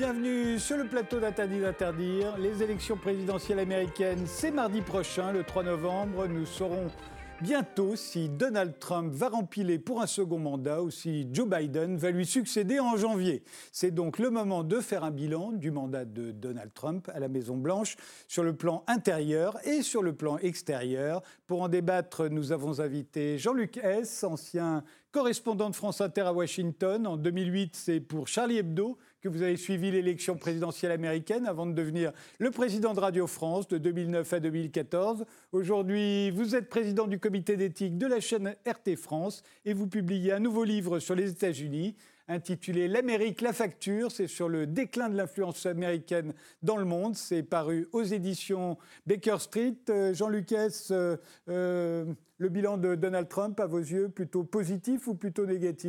Bienvenue sur le plateau d'Interdit d'interdire. Les élections présidentielles américaines, c'est mardi prochain, le 3 novembre. Nous saurons bientôt si Donald Trump va rempiler pour un second mandat ou si Joe Biden va lui succéder en janvier. C'est donc le moment de faire un bilan du mandat de Donald Trump à la Maison-Blanche sur le plan intérieur et sur le plan extérieur. Pour en débattre, nous avons invité Jean-Luc Hess, ancien correspondant de France Inter à Washington. En 2008, c'est pour Charlie Hebdo que vous avez suivi l'élection présidentielle américaine avant de devenir le président de Radio France de 2009 à 2014. Aujourd'hui, vous êtes président du comité d'éthique de la chaîne RT France et vous publiez un nouveau livre sur les États-Unis intitulé « L'Amérique, la facture ». C'est sur le déclin de l'influence américaine dans le monde. C'est paru aux éditions Baker Street. Jean-Luc Hess, le bilan de Donald Trump, à vos yeux, plutôt positif ou plutôt négatif ?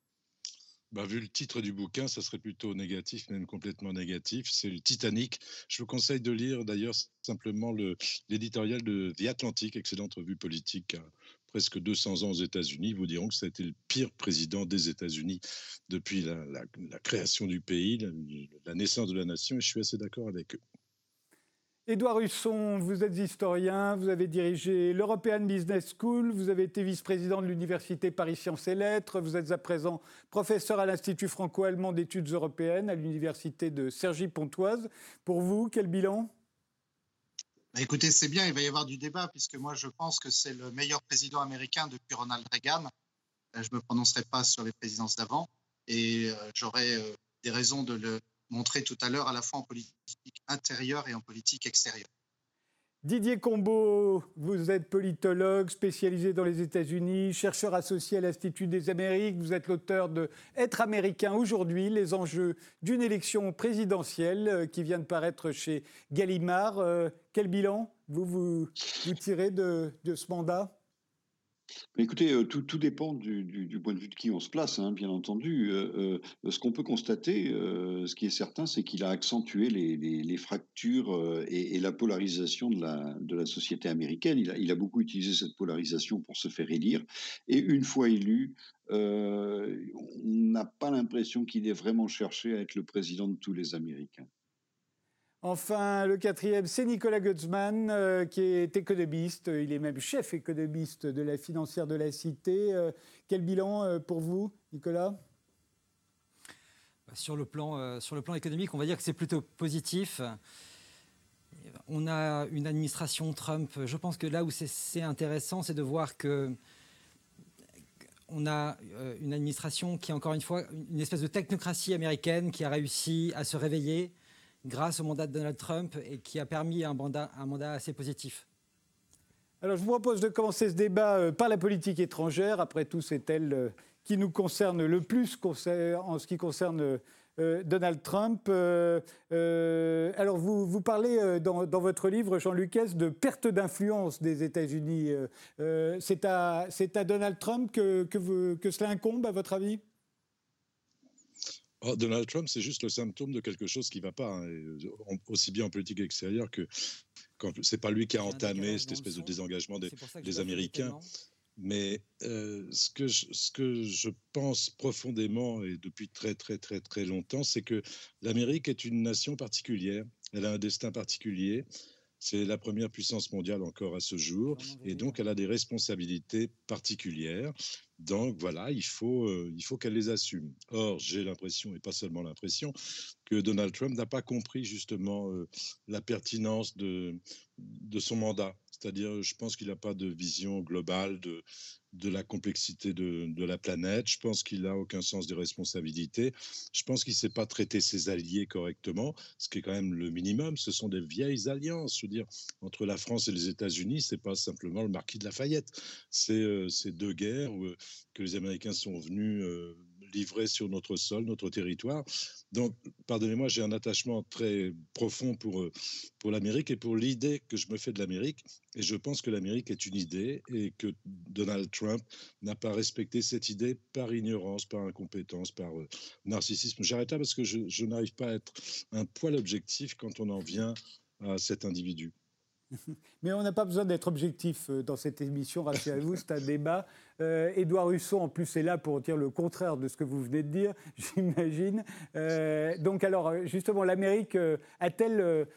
Vu le titre du bouquin, ça serait plutôt négatif, même complètement négatif. C'est le Titanic. Je vous conseille de lire d'ailleurs simplement l'éditorial de The Atlantic, excellente revue politique à presque 200 ans aux États-Unis. Ils vous diront que ça a été le pire président des États-Unis depuis la création du pays, la naissance de la nation, et je suis assez d'accord avec eux. Édouard Husson, vous êtes historien, vous avez dirigé l'European Business School, vous avez été vice-président de l'Université Paris Sciences et Lettres, vous êtes à présent professeur à l'Institut franco-allemand d'études européennes à l'Université de Cergy-Pontoise. Pour vous, quel bilan ? Écoutez, c'est bien, il va y avoir du débat, puisque moi je pense que c'est le meilleur président américain depuis Ronald Reagan. Je ne me prononcerai pas sur les présidences d'avant, et j'aurai des raisons de le montrer tout à l'heure, à la fois en politique intérieure et en politique extérieure. Didier Combeau, vous êtes politologue spécialisé dans les États-Unis, chercheur associé à l'Institut des Amériques. Vous êtes l'auteur de « Être américain aujourd'hui, les enjeux d'une élection présidentielle » qui vient de paraître chez Gallimard. Quel bilan vous tirez de ce mandat ? Écoutez, tout dépend du point de vue de qui on se place, bien entendu. Ce qu'on peut constater, ce qui est certain, c'est qu'il a accentué les fractures et la polarisation de la société américaine. Il a beaucoup utilisé cette polarisation pour se faire élire. Et une fois élu, on n'a pas l'impression qu'il ait vraiment cherché à être le président de tous les Américains. Enfin, le quatrième, c'est Nicolas Guzman, qui est économiste. Il est même chef économiste de la financière de la Cité. Quel bilan pour vous, Nicolas ? Sur le plan économique, on va dire que c'est plutôt positif. On a une administration Trump. Je pense que là où c'est intéressant, c'est de voir que on a une administration qui est encore une fois une espèce de technocratie américaine qui a réussi à se réveiller grâce au mandat de Donald Trump et qui a permis un mandat assez positif. Alors, je vous propose de commencer ce débat par la politique étrangère. Après tout, c'est elle qui nous concerne le plus en ce qui concerne Donald Trump. Alors, vous parlez dans votre livre, Jean-Luc Hess, de perte d'influence des États-Unis. C'est à Donald Trump que cela incombe, à votre avis ? Donald Trump, c'est juste le symptôme de quelque chose qui ne va pas, aussi bien en politique extérieure que quand c'est pas lui qui a entamé cette espèce de désengagement des Américains. Mais ce que je pense profondément et depuis très très très très longtemps, c'est que l'Amérique est une nation particulière. Elle a un destin particulier. C'est la première puissance mondiale encore à ce jour, et donc elle a des responsabilités particulières. Donc voilà, il faut qu'elle les assume. Or, j'ai l'impression, et pas seulement l'impression, que Donald Trump n'a pas compris justement la pertinence de son mandat. C'est-à-dire, je pense qu'il n'a pas de vision globale de la complexité de la planète. Je pense qu'il n'a aucun sens des responsabilités. Je pense qu'il ne sait pas traiter ses alliés correctement, ce qui est quand même le minimum. Ce sont des vieilles alliances. Je veux dire, entre la France et les États-Unis, ce n'est pas simplement le marquis de Lafayette. C'est deux guerres que les Américains sont venus livrer sur notre sol, notre territoire. Donc, pardonnez-moi, j'ai un attachement très profond pour l'Amérique et pour l'idée que je me fais de l'Amérique. Et je pense que l'Amérique est une idée et que Donald Trump n'a pas respecté cette idée par ignorance, par incompétence, par narcissisme. J'arrête là parce que je n'arrive pas à être un poil objectif quand on en vient à cet individu. Mais on n'a pas besoin d'être objectif dans cette émission, rassurez-vous, c'est un débat. Édouard Husson, en plus, est là pour dire le contraire de ce que vous venez de dire, j'imagine. Donc, alors, justement, l'Amérique a-t-elle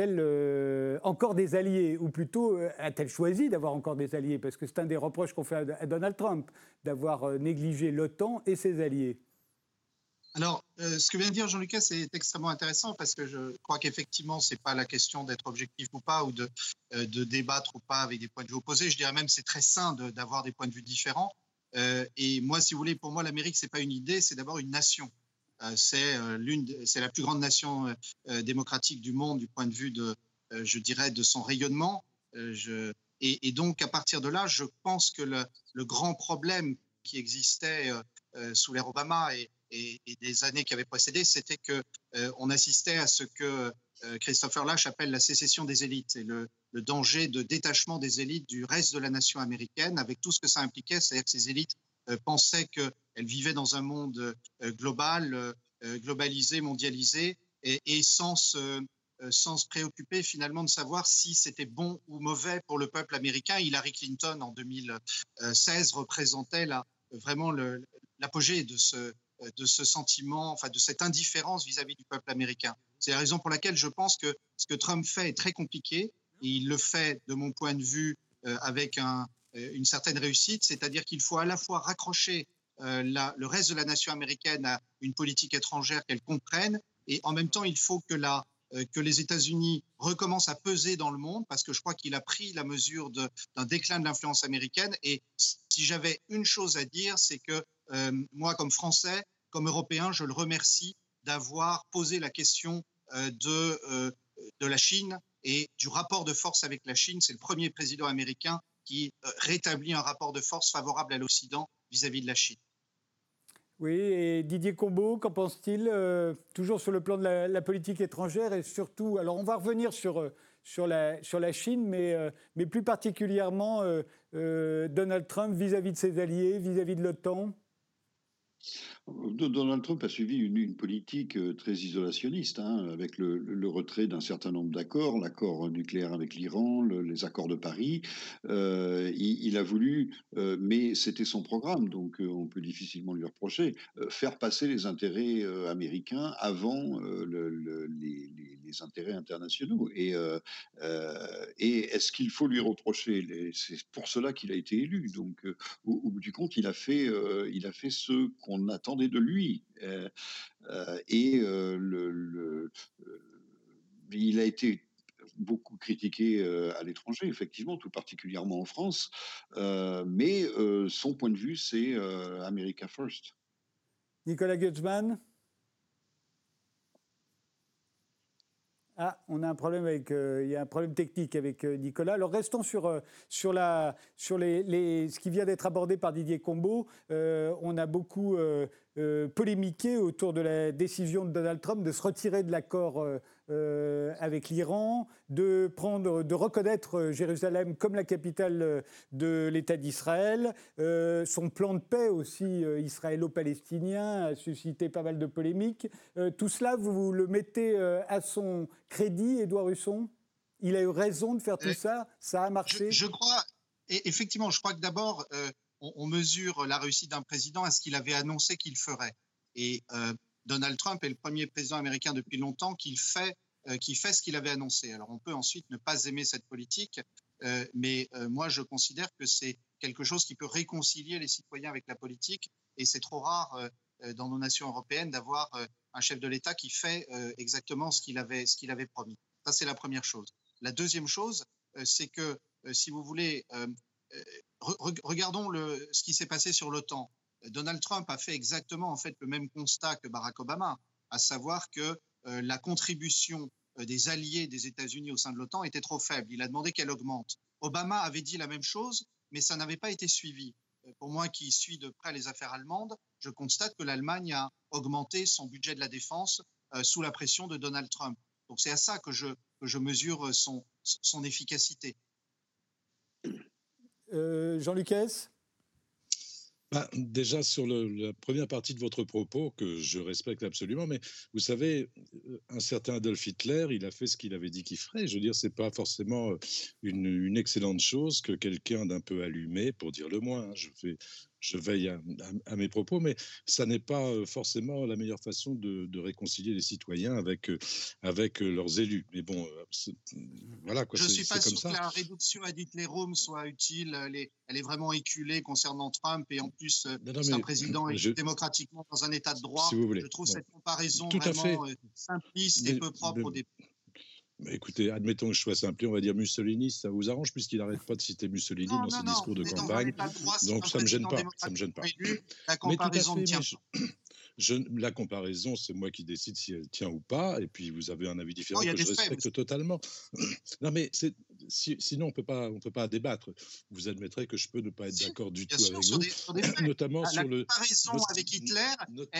encore des alliés? Ou plutôt, a-t-elle choisi d'avoir encore des alliés? Parce que c'est un des reproches qu'on fait à Donald Trump, d'avoir négligé l'OTAN et ses alliés. Alors, ce que vient de dire Jean-Lucas, c'est extrêmement intéressant parce que je crois qu'effectivement, ce n'est pas la question d'être objectif ou pas ou de débattre ou pas avec des points de vue opposés. Je dirais même que c'est très sain d'avoir des points de vue différents. Et moi, si vous voulez, pour moi, l'Amérique, ce n'est pas une idée, c'est d'abord une nation. C'est la plus grande nation démocratique du monde du point de vue je dirais, de son rayonnement. Et donc, à partir de là, je pense que le grand problème qui existait sous l'ère Obama et des années qui avaient précédé, c'était qu'on assistait à ce que Christopher Lasch appelle la sécession des élites et le danger de détachement des élites du reste de la nation américaine, avec tout ce que ça impliquait, c'est-à-dire que ces élites pensaient qu'elles vivaient dans un monde global, globalisé, mondialisé, et sans se préoccuper finalement de savoir si c'était bon ou mauvais pour le peuple américain. Hillary Clinton, en 2016, représentait vraiment l'apogée de ce sentiment, enfin de cette indifférence vis-à-vis du peuple américain. C'est la raison pour laquelle je pense que ce que Trump fait est très compliqué. Et il le fait, de mon point de vue, avec une certaine réussite, c'est-à-dire qu'il faut à la fois raccrocher le reste de la nation américaine à une politique étrangère qu'elle comprenne, et en même temps, il faut que les États-Unis recommencent à peser dans le monde, parce que je crois qu'il a pris la mesure d'un déclin de l'influence américaine. Et si j'avais une chose à dire, c'est que moi, comme Français, comme Européen, je le remercie d'avoir posé la question de la Chine et du rapport de force avec la Chine. C'est le premier président américain qui rétablit un rapport de force favorable à l'Occident vis-à-vis de la Chine. Oui, et Didier Combaud, qu'en pense-t-il toujours sur le plan de la politique étrangère et surtout, alors on va revenir sur la Chine, mais plus particulièrement Donald Trump vis-à-vis de ses alliés, vis-à-vis de l'OTAN. Donald Trump a suivi une politique très isolationniste, avec le retrait d'un certain nombre d'accords, l'accord nucléaire avec l'Iran, les accords de Paris. Il a voulu, mais c'était son programme, donc on peut difficilement lui reprocher, faire passer les intérêts américains avant les intérêts internationaux. Et est-ce qu'il faut lui reprocher? C'est pour cela qu'il a été élu. Donc, au bout du compte, il a fait ce qu'on attendait de lui. Il a été beaucoup critiqué à l'étranger, effectivement, tout particulièrement en France, mais son point de vue, c'est America First. Nicolas Guzman. Ah, on a un problème il y a un problème technique avec Nicolas. Alors restons sur ce qui vient d'être abordé par Didier Combaud. On a beaucoup polémiqué autour de la décision de Donald Trump de se retirer de l'accord avec l'Iran, de reconnaître Jérusalem comme la capitale de l'État d'Israël. Son plan de paix aussi israélo-palestinien a suscité pas mal de polémiques. Tout cela, vous le mettez à son crédit, Édouard Husson? Il a eu raison de faire tout ça? Ça a marché? Je crois, et effectivement, je crois que d'abord, on mesure la réussite d'un président à ce qu'il avait annoncé qu'il ferait. Et Donald Trump est le premier président américain depuis longtemps qui fait ce qu'il avait annoncé. Alors on peut ensuite ne pas aimer cette politique, mais moi je considère que c'est quelque chose qui peut réconcilier les citoyens avec la politique, et c'est trop rare dans nos nations européennes d'avoir un chef de l'État qui fait exactement ce qu'il avait promis. Ça, c'est la première chose. La deuxième chose, c'est que, si vous voulez, regardons ce qui s'est passé sur l'OTAN. Donald Trump a fait exactement en fait le même constat que Barack Obama, à savoir que la contribution des alliés des États-Unis au sein de l'OTAN était trop faible. Il a demandé qu'elle augmente. Obama avait dit la même chose, mais ça n'avait pas été suivi. Pour moi qui suis de près les affaires allemandes, je constate que l'Allemagne a augmenté son budget de la défense sous la pression de Donald Trump. Donc c'est à ça que je mesure son efficacité. Jean Lucas ? Déjà, sur la première partie de votre propos, que je respecte absolument, mais vous savez, un certain Adolf Hitler, il a fait ce qu'il avait dit qu'il ferait. Je veux dire, c'est pas forcément une excellente chose que quelqu'un d'un peu allumé, pour dire le moins, hein, je veille à mes propos, mais ça n'est pas forcément la meilleure façon de réconcilier les citoyens avec leurs élus. Mais bon, voilà quoi, Je ne suis pas comme sûr ça. que la réduction ad litterum soit utile. Elle est vraiment éculée concernant Trump, et en plus, c'est un président élu démocratiquement dans un état de droit. Si vous voulez. Je trouve cette comparaison tout vraiment simpliste et peu propre au débat. Écoutez, admettons que je sois simple, on va dire Mussolini, ça vous arrange puisqu'il n'arrête pas de citer Mussolini dans ses discours de campagne. Donc ça ne me gêne pas. Ça me gêne pas. La comparaison mais tout à fait, la comparaison, c'est moi qui décide si elle tient ou pas, et puis vous avez un avis différent que je respecte totalement. Non, mais sinon on peut pas débattre. Vous admettrez que je peux ne pas être d'accord du tout avec vous, notamment sur la comparaison avec Hitler,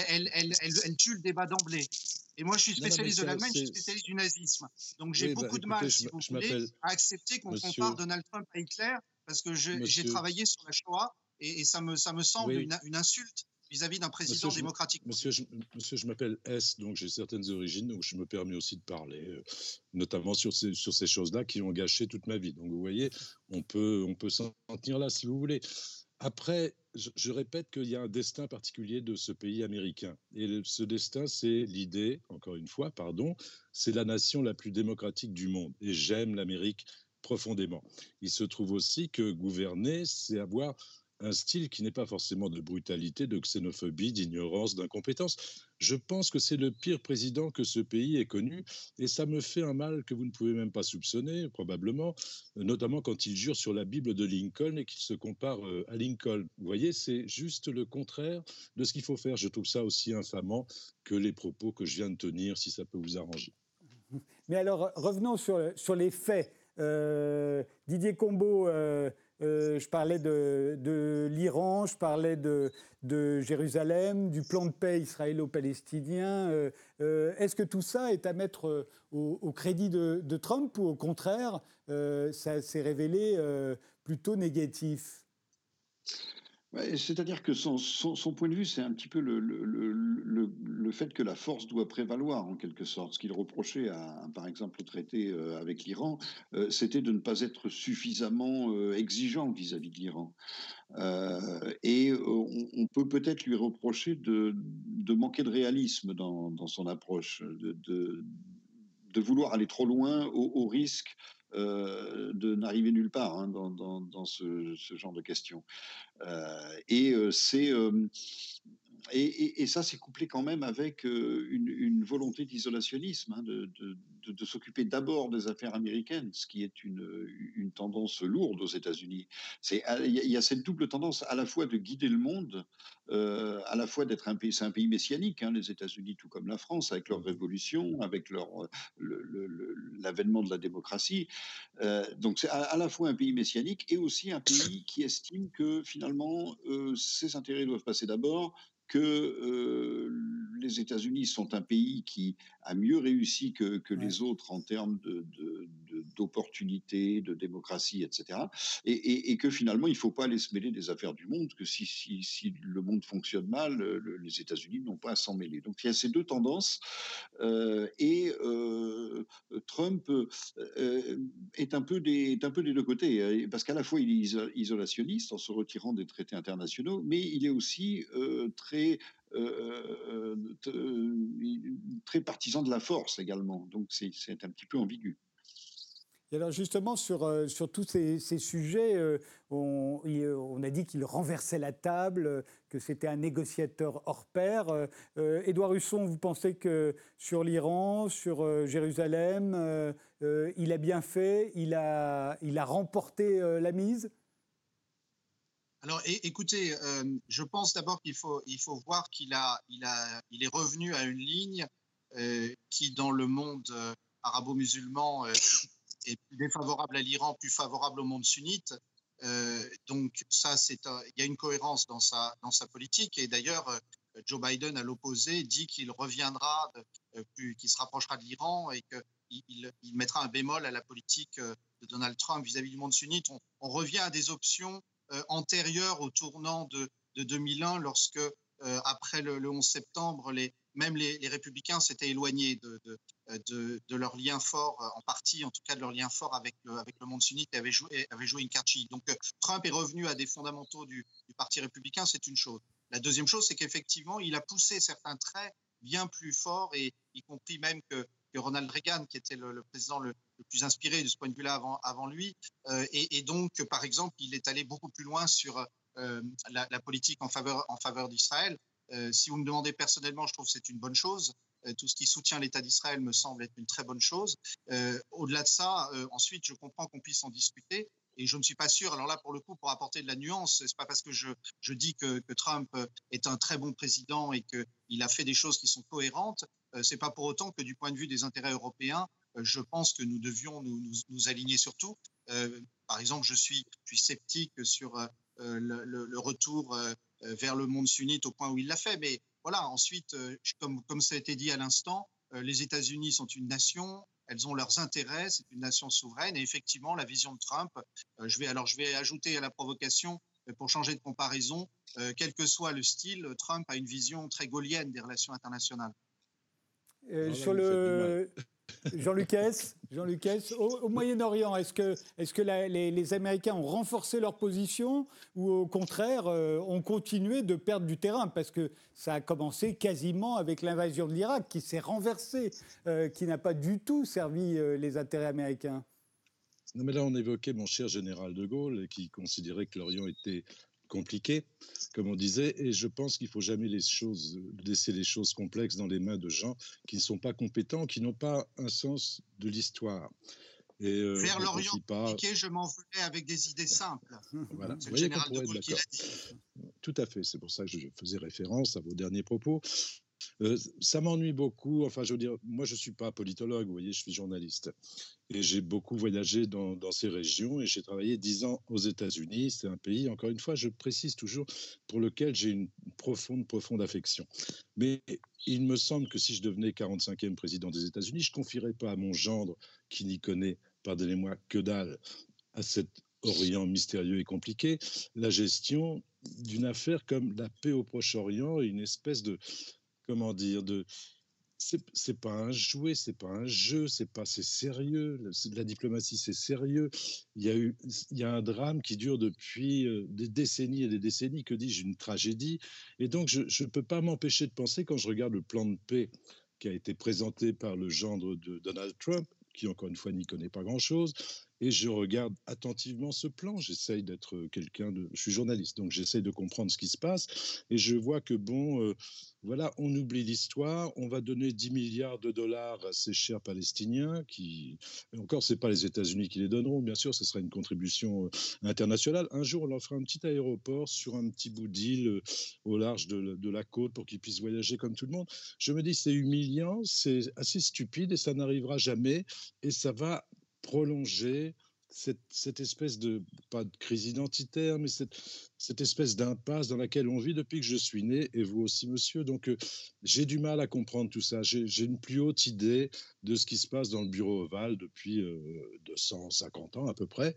elle tue le débat d'emblée. Et moi, je suis spécialiste de l'Allemagne, je suis spécialiste du nazisme. Donc j'ai beaucoup de mal, si vous voulez, à accepter qu'on compare Donald Trump à Hitler, parce que j'ai travaillé sur la Shoah, et ça me semble une insulte vis-à-vis d'un président démocratique. Monsieur, je m'appelle S, donc j'ai certaines origines, donc je me permets aussi de parler, notamment sur ces choses-là qui ont gâché toute ma vie. Donc vous voyez, on peut s'en tenir là si vous voulez. Après, je répète qu'il y a un destin particulier de ce pays américain. Et ce destin, c'est l'idée, encore une fois, pardon, c'est la nation la plus démocratique du monde. Et j'aime l'Amérique profondément. Il se trouve aussi que gouverner, c'est avoir un style qui n'est pas forcément de brutalité, de xénophobie, d'ignorance, d'incompétence. Je pense que c'est le pire président que ce pays ait connu, et ça me fait un mal que vous ne pouvez même pas soupçonner, probablement, notamment quand il jure sur la Bible de Lincoln et qu'il se compare à Lincoln. Vous voyez, c'est juste le contraire de ce qu'il faut faire. Je trouve ça aussi infamant que les propos que je viens de tenir, si ça peut vous arranger. Mais alors, revenons sur les faits. Didier Combaud, je parlais de l'Iran, je parlais de Jérusalem, du plan de paix israélo-palestinien. Est-ce que tout ça est à mettre au crédit de Trump, ou au contraire, ça s'est révélé plutôt négatif ? C'est-à-dire que son point de vue, c'est un petit peu le fait que la force doit prévaloir, en quelque sorte. Ce qu'il reprochait, par exemple, au traité avec l'Iran, c'était de ne pas être suffisamment exigeant vis-à-vis de l'Iran. Et on peut peut-être lui reprocher de manquer de réalisme dans son approche, de vouloir aller trop loin au risque de n'arriver nulle part dans ce genre de questions. Et ça, c'est couplé quand même avec une volonté d'isolationnisme, de s'occuper d'abord des affaires américaines, ce qui est une tendance lourde aux États-Unis. Il y a cette double tendance à la fois de guider le monde, à la fois d'être un pays, c'est un pays messianique, les États-Unis, tout comme la France, avec leur révolution, avec l'avènement de la démocratie. Donc c'est à la fois un pays messianique et aussi un pays qui estime que finalement ses intérêts doivent passer d'abord, que les États-Unis sont un pays qui a mieux réussi que les autres en termes d'opportunités, de démocratie, etc. Et que finalement, il ne faut pas aller se mêler des affaires du monde, que si le monde fonctionne mal, les États-Unis n'ont pas à s'en mêler. Donc il y a ces deux tendances. Trump est un peu des deux côtés, parce qu'à la fois il est isolationniste en se retirant des traités internationaux, mais il est aussi très partisan de la force également. Donc c'est un petit peu ambigu. Et alors justement, sur tous ces sujets, on a dit qu'il renversait la table, que c'était un négociateur hors pair. Édouard Husson, vous pensez que sur l'Iran, sur Jérusalem, il a bien fait, il a remporté la mise ? Alors écoutez, je pense d'abord qu'il faut voir qu'il est revenu à une ligne qui, dans le monde arabo-musulman, est plus défavorable à l'Iran, plus favorable au monde sunnite. Donc ça, il y a une cohérence dans sa politique. Et d'ailleurs, Joe Biden, à l'opposé, dit qu'il reviendra, qu'il se rapprochera de l'Iran et qu'il mettra un bémol à la politique de Donald Trump vis-à-vis du monde sunnite. On revient à des options antérieures au tournant de 2001, lorsque, après le 11 septembre, même les républicains s'étaient éloignés de leur lien fort, en partie en tout cas de leur lien fort avec le monde sunnite, et avaient joué une carte chiite. Donc Trump est revenu à des fondamentaux du Parti républicain, c'est une chose. La deuxième chose, c'est qu'effectivement, il a poussé certains traits bien plus forts, et y compris même que Ronald Reagan, qui était le président le plus inspiré de ce point de vue-là avant lui. Et donc, par exemple, il est allé beaucoup plus loin sur la politique en faveur d'Israël. Si vous me demandez personnellement, je trouve que c'est une bonne chose. Tout ce qui soutient l'État d'Israël me semble être une très bonne chose. Au-delà de ça, ensuite, je comprends qu'on puisse en discuter. Et je ne suis pas sûr, alors là, pour le coup, pour apporter de la nuance, ce n'est pas parce que je dis que Trump est un très bon président et qu'il a fait des choses qui sont cohérentes, ce n'est pas pour autant que du point de vue des intérêts européens, je pense que nous devions nous aligner sur tout. Par exemple, je suis sceptique sur le retour vers le monde sunnite au point où il l'a fait. Mais voilà, ensuite, comme ça a été dit à l'instant, les États-Unis sont une nation. Elles ont leurs intérêts, c'est une nation souveraine. Et effectivement, la vision de Trump, je vais ajouter à la provocation, pour changer de comparaison, quel que soit le style, Trump a une vision très gaullienne des relations internationales. Sur le Jean-Luc Hess, au Moyen-Orient, est-ce que les Américains ont renforcé leur position ou au contraire ont continué de perdre du terrain? Parce que ça a commencé quasiment avec l'invasion de l'Irak qui s'est renversée, qui n'a pas du tout servi les intérêts américains. Non, mais là, on évoquait mon cher général de Gaulle qui considérait que l'Orient était compliqué, comme on disait, et je pense qu'il ne faut jamais laisser les choses complexes dans les mains de gens qui ne sont pas compétents, qui n'ont pas un sens de l'histoire. Et vers l'Orient compliqué, je m'en voulais avec des idées simples. Voilà. C'est le général de Gaulle qui l'a dit. Tout à fait, c'est pour ça que je faisais référence à vos derniers propos. Ça m'ennuie beaucoup. Enfin, je veux dire, moi, je ne suis pas politologue, vous voyez, je suis journaliste. Et j'ai beaucoup voyagé dans ces régions et j'ai travaillé 10 ans aux États-Unis. C'est un pays, encore une fois, je précise toujours, pour lequel j'ai une profonde affection. Mais il me semble que si je devenais 45e président des États-Unis, je ne confierais pas à mon gendre, qui n'y connaît, pardonnez-moi, que dalle, à cet Orient mystérieux et compliqué, la gestion d'une affaire comme la paix au Proche-Orient et une espèce de... Comment dire, c'est pas un jouet, c'est pas un jeu, c'est sérieux. La diplomatie, c'est sérieux. Il y a un drame qui dure depuis des décennies et des décennies, que dis-je, une tragédie. Et donc, je ne peux pas m'empêcher de penser, quand je regarde le plan de paix qui a été présenté par le gendre de Donald Trump, qui encore une fois n'y connaît pas grand-chose, et je regarde attentivement ce plan. J'essaye d'être je suis journaliste, donc j'essaye de comprendre ce qui se passe, et je vois que voilà, on oublie l'histoire, on va donner 10 milliards de dollars à ces chers Palestiniens, et encore, c'est pas les États-Unis qui les donneront, bien sûr, ce sera une contribution internationale. Un jour, on leur fera un petit aéroport sur un petit bout d'île au large de la côte pour qu'ils puissent voyager comme tout le monde. Je me dis, c'est humiliant, c'est assez stupide, et ça n'arrivera jamais, et ça va prolonger cette espèce de, pas de crise identitaire, mais cette espèce d'impasse dans laquelle on vit depuis que je suis né, et vous aussi, monsieur. Donc, j'ai du mal à comprendre tout ça. J'ai une plus haute idée de ce qui se passe dans le bureau ovale depuis 250 ans à peu près.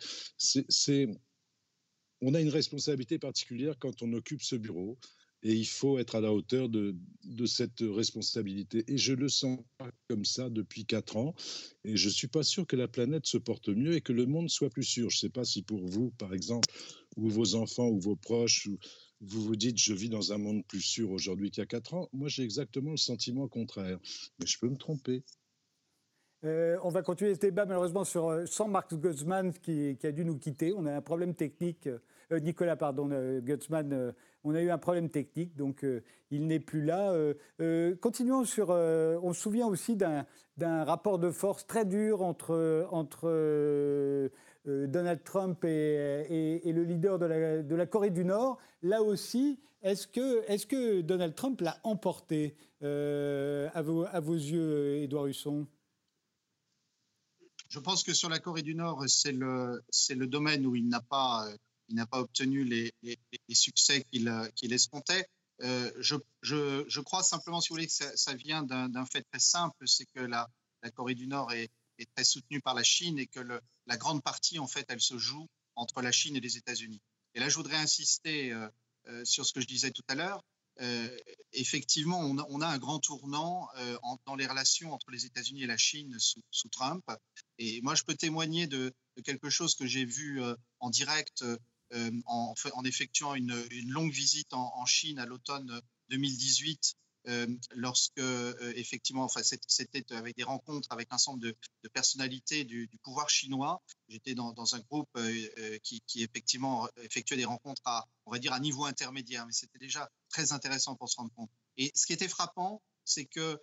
On a une responsabilité particulière quand on occupe ce bureau, et il faut être à la hauteur de cette responsabilité. Et je le sens pas comme ça depuis 4 ans. Et je ne suis pas sûr que la planète se porte mieux et que le monde soit plus sûr. Je ne sais pas si pour vous, par exemple, ou vos enfants ou vos proches, vous vous dites « je vis dans un monde plus sûr aujourd'hui qu'il y a 4 ans ». Moi, j'ai exactement le sentiment contraire. Mais je peux me tromper. On va continuer ce débat malheureusement sans Marc Gutzmann qui a dû nous quitter. On a un problème technique. Nicolas, pardon, Gutzmann, on a eu un problème technique, donc il n'est plus là. Continuons on se souvient aussi d'un rapport de force très dur entre Donald Trump et le leader de la Corée du Nord. Là aussi, est-ce que Donald Trump l'a emporté à vos yeux, Édouard Husson ? Je pense que sur la Corée du Nord, c'est le domaine où il n'a pas obtenu les succès qu'il escomptait. Je crois simplement, si vous voulez, que ça vient d'un fait très simple, c'est que la Corée du Nord est très soutenue par la Chine et que la grande partie, en fait, elle se joue entre la Chine et les États-Unis. Et là, je voudrais insister sur ce que je disais tout à l'heure. Effectivement, on a un grand tournant dans les relations entre les États-Unis et la Chine sous Trump. Et moi, je peux témoigner de quelque chose que j'ai vu en direct en effectuant une longue visite en Chine à l'automne 2018. Lorsque effectivement, enfin, c'était avec des rencontres avec un ensemble de personnalités du pouvoir chinois. J'étais dans un groupe qui effectivement effectuait des rencontres on va dire à niveau intermédiaire, mais c'était déjà très intéressant pour se rendre compte. Et ce qui était frappant, c'est que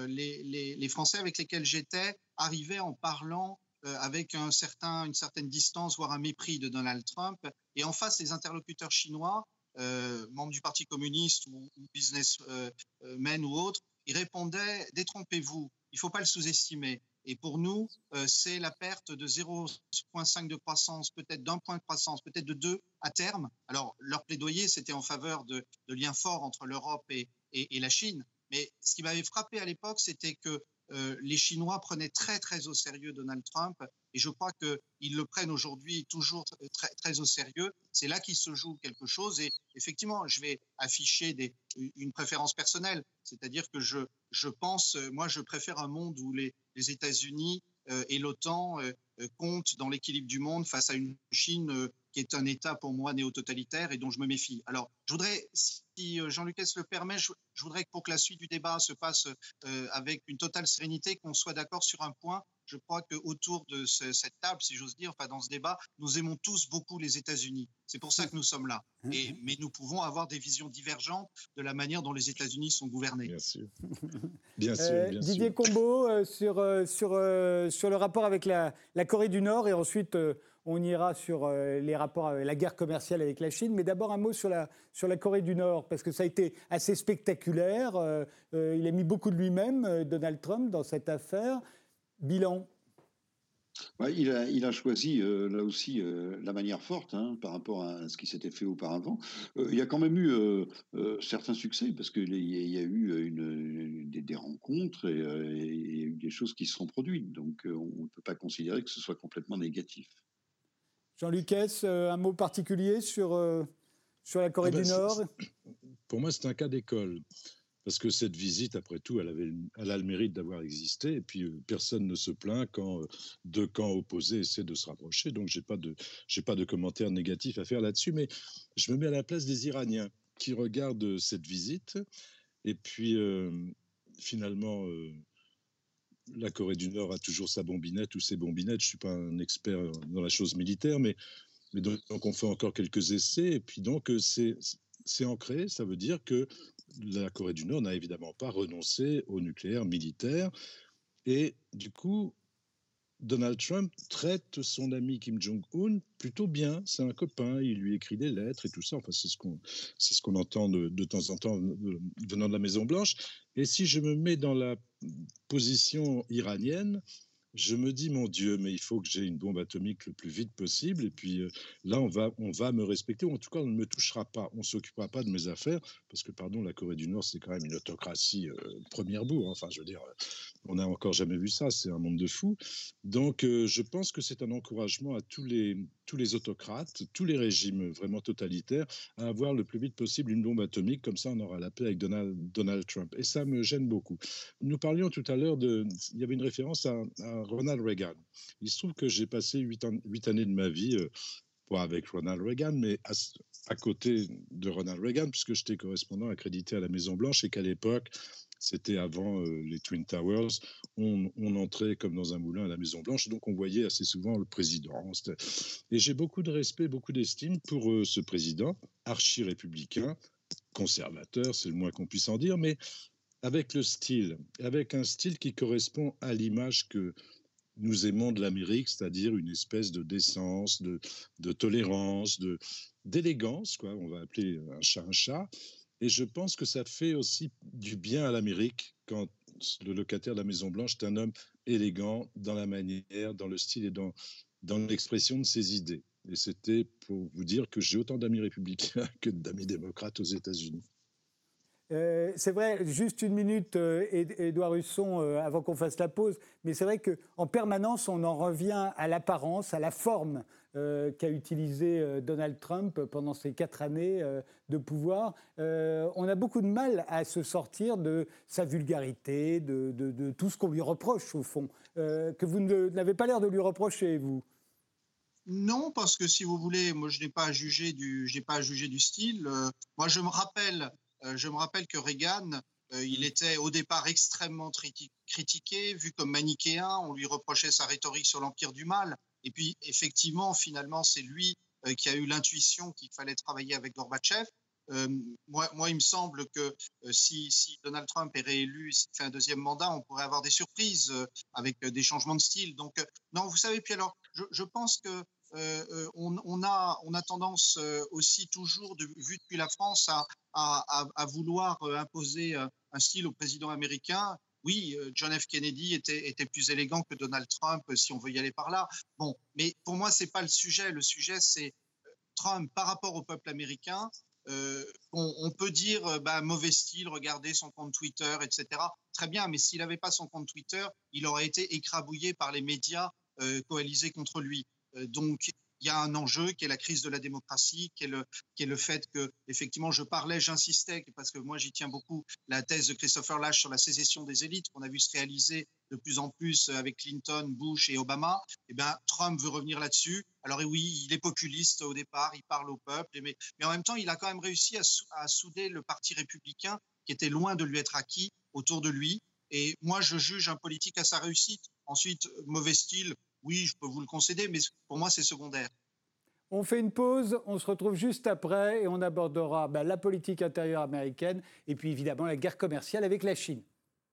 les Français avec lesquels j'étais arrivaient en parlant avec une certaine distance, voire un mépris de Donald Trump. Et en face, les interlocuteurs chinois, membres du Parti communiste ou businessmen ou autres, ils répondaient « détrompez-vous, il ne faut pas le sous-estimer ». Et pour nous, c'est la perte de 0,5 de croissance, peut-être d'1 point de croissance, peut-être de 2 à terme. Alors, leur plaidoyer, c'était en faveur de liens forts entre l'Europe et la Chine. Mais ce qui m'avait frappé à l'époque, c'était que les Chinois prenaient très, très au sérieux Donald Trump. Et je crois qu'ils le prennent aujourd'hui toujours très, très au sérieux. C'est là qu'il se joue quelque chose. Et effectivement, je vais afficher une préférence personnelle. C'est-à-dire que je pense, moi, je préfère un monde où les États-Unis et l'OTAN comptent dans l'équilibre du monde face à une Chine qui est un État pour moi néo-totalitaire et dont je me méfie. Alors, je voudrais, si Jean-Luc le permet, je voudrais que pour que la suite du débat se passe avec une totale sérénité, qu'on soit d'accord sur un point. Je crois qu'autour de cette table, si j'ose dire, enfin dans ce débat, nous aimons tous beaucoup les États-Unis. C'est pour ça que nous sommes là. Mais nous pouvons avoir des visions divergentes de la manière dont les États-Unis sont gouvernés. Bien sûr. Bien sûr, bien Didier sûr. Combeau, sur le rapport avec la Corée du Nord, et ensuite on ira sur les rapports, la guerre commerciale avec la Chine. Mais d'abord un mot sur la Corée du Nord, parce que ça a été assez spectaculaire. Il a mis beaucoup de lui-même, Donald Trump, dans cette affaire. Bilan. Ouais, il a choisi là aussi la manière forte par rapport à ce qui s'était fait auparavant. Il y a quand même eu certains succès parce qu'il y a eu des rencontres et il y a eu des choses qui se sont produites. Donc on ne peut pas considérer que ce soit complètement négatif. Jean-Luc, un mot particulier sur la Corée du Nord? Pour moi, c'est un cas d'école. Parce que cette visite, après tout, elle a le mérite d'avoir existé. Et puis, personne ne se plaint quand deux camps opposés essaient de se rapprocher. Donc, je n'ai pas de commentaires négatifs à faire là-dessus. Mais je me mets à la place des Iraniens qui regardent cette visite. Et puis, finalement, la Corée du Nord a toujours sa bombinette ou ses bombinettes. Je ne suis pas un expert dans la chose militaire, mais donc on fait encore quelques essais. Et puis, donc, c'est ancré. Ça veut dire que la Corée du Nord n'a évidemment pas renoncé au nucléaire militaire. Et du coup, Donald Trump traite son ami Kim Jong-un plutôt bien. C'est un copain, il lui écrit des lettres et tout ça. Enfin, c'est ce qu'on entend de temps en temps venant de la Maison-Blanche. Et si je me mets dans la position iranienne, je me dis, mon Dieu, mais il faut que j'ai une bombe atomique le plus vite possible. Et puis là, on va me respecter, ou en tout cas, on ne me touchera pas. On ne s'occupera pas de mes affaires, parce que, pardon, la Corée du Nord, c'est quand même une autocratie première bourre. Enfin, je veux dire, on n'a encore jamais vu ça. C'est un monde de fous. Donc, je pense que c'est un encouragement à tous les autocrates, tous les régimes vraiment totalitaires, à avoir le plus vite possible une bombe atomique. Comme ça, on aura la paix avec Donald Trump. Et ça me gêne beaucoup. Nous parlions tout à l'heure il y avait une référence à Ronald Reagan. Il se trouve que j'ai passé 8 années de ma vie, pas avec Ronald Reagan, mais à côté de Ronald Reagan, puisque j'étais correspondant accrédité à la Maison-Blanche et qu'à l'époque, c'était avant les Twin Towers, on entrait comme dans un moulin à la Maison-Blanche, donc on voyait assez souvent le président. Et j'ai beaucoup de respect, beaucoup d'estime pour ce président, archi-républicain, conservateur, c'est le moins qu'on puisse en dire, mais avec un style qui correspond à l'image que nous aimons de l'Amérique, c'est-à-dire une espèce de décence, de tolérance, d'élégance, quoi. On va appeler un chat. Et je pense que ça fait aussi du bien à l'Amérique quand le locataire de la Maison-Blanche est un homme élégant dans la manière, dans le style et dans l'expression de ses idées. Et c'était pour vous dire que j'ai autant d'amis républicains que d'amis démocrates aux États-Unis. C'est vrai, juste une minute, Édouard Husson, avant qu'on fasse la pause, mais c'est vrai qu'en permanence, on en revient à l'apparence, à la forme qu'a utilisé Donald Trump pendant ces 4 années de pouvoir. On a beaucoup de mal à se sortir de sa vulgarité, de tout ce qu'on lui reproche, au fond, que vous n'avez pas l'air de lui reprocher, vous. Non, parce que si vous voulez, moi je n'ai pas à juger du style. Moi je me rappelle que Reagan, il était au départ extrêmement critiqué, vu comme manichéen. On lui reprochait sa rhétorique sur l'empire du mal. Et puis effectivement, finalement, c'est lui qui a eu l'intuition qu'il fallait travailler avec Gorbatchev. Moi, il me semble que si Donald Trump est réélu, s'il fait un deuxième mandat, on pourrait avoir des surprises avec des changements de style. Donc, non, vous savez, puis alors, je pense que on a tendance aussi toujours, vu depuis la France, à vouloir imposer un style au président américain. Oui, John F. Kennedy était plus élégant que Donald Trump, si on veut y aller par là. Bon, mais pour moi, c'est pas le sujet. Le sujet, c'est Trump par rapport au peuple américain. On peut dire mauvais style, regardez son compte Twitter, etc. Très bien, mais s'il n'avait pas son compte Twitter, il aurait été écrabouillé par les médias coalisés contre lui. Donc, il y a un enjeu qui est la crise de la démocratie, qui est le fait que, effectivement, j'insistais, parce que moi j'y tiens beaucoup, la thèse de Christopher Lasch sur la sécession des élites, qu'on a vu se réaliser de plus en plus avec Clinton, Bush et Obama. Eh bien, Trump veut revenir là-dessus. Alors oui, il est populiste au départ, il parle au peuple, mais en même temps, il a quand même réussi à souder le parti républicain, qui était loin de lui être acquis, autour de lui. Et moi, je juge un politique à sa réussite. Ensuite, mauvais style, oui, je peux vous le concéder, mais pour moi, c'est secondaire. On fait une pause, on se retrouve juste après et on abordera la politique intérieure américaine et puis évidemment la guerre commerciale avec la Chine.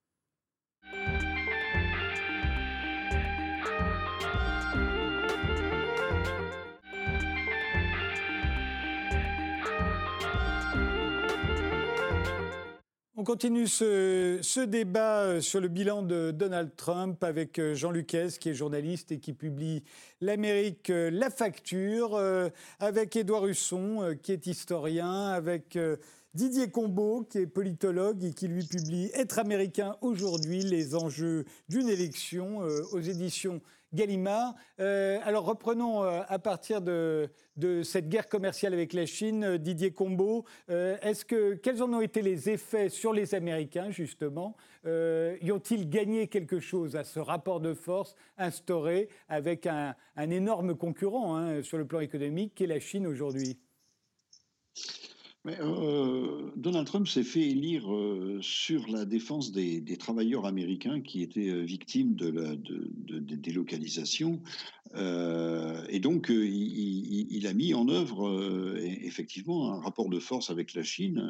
On continue ce débat sur le bilan de Donald Trump avec Jean Lucas, qui est journaliste et qui publie L'Amérique, la facture, avec Édouard Husson, qui est historien, avec Didier Combaud, qui est politologue et qui lui publie Être américain aujourd'hui, les enjeux d'une élection aux éditions Gallimard. Alors reprenons à partir de cette guerre commerciale avec la Chine, Didier Combaud. Quels en ont été les effets sur les Américains, justement y ont-ils gagné quelque chose à ce rapport de force instauré avec un énorme concurrent sur le plan économique qu'est la Chine aujourd'hui ? Mais, Donald Trump s'est fait élire sur la défense des travailleurs américains qui étaient victimes des délocalisations. Et donc, il a mis en œuvre effectivement un rapport de force avec la Chine,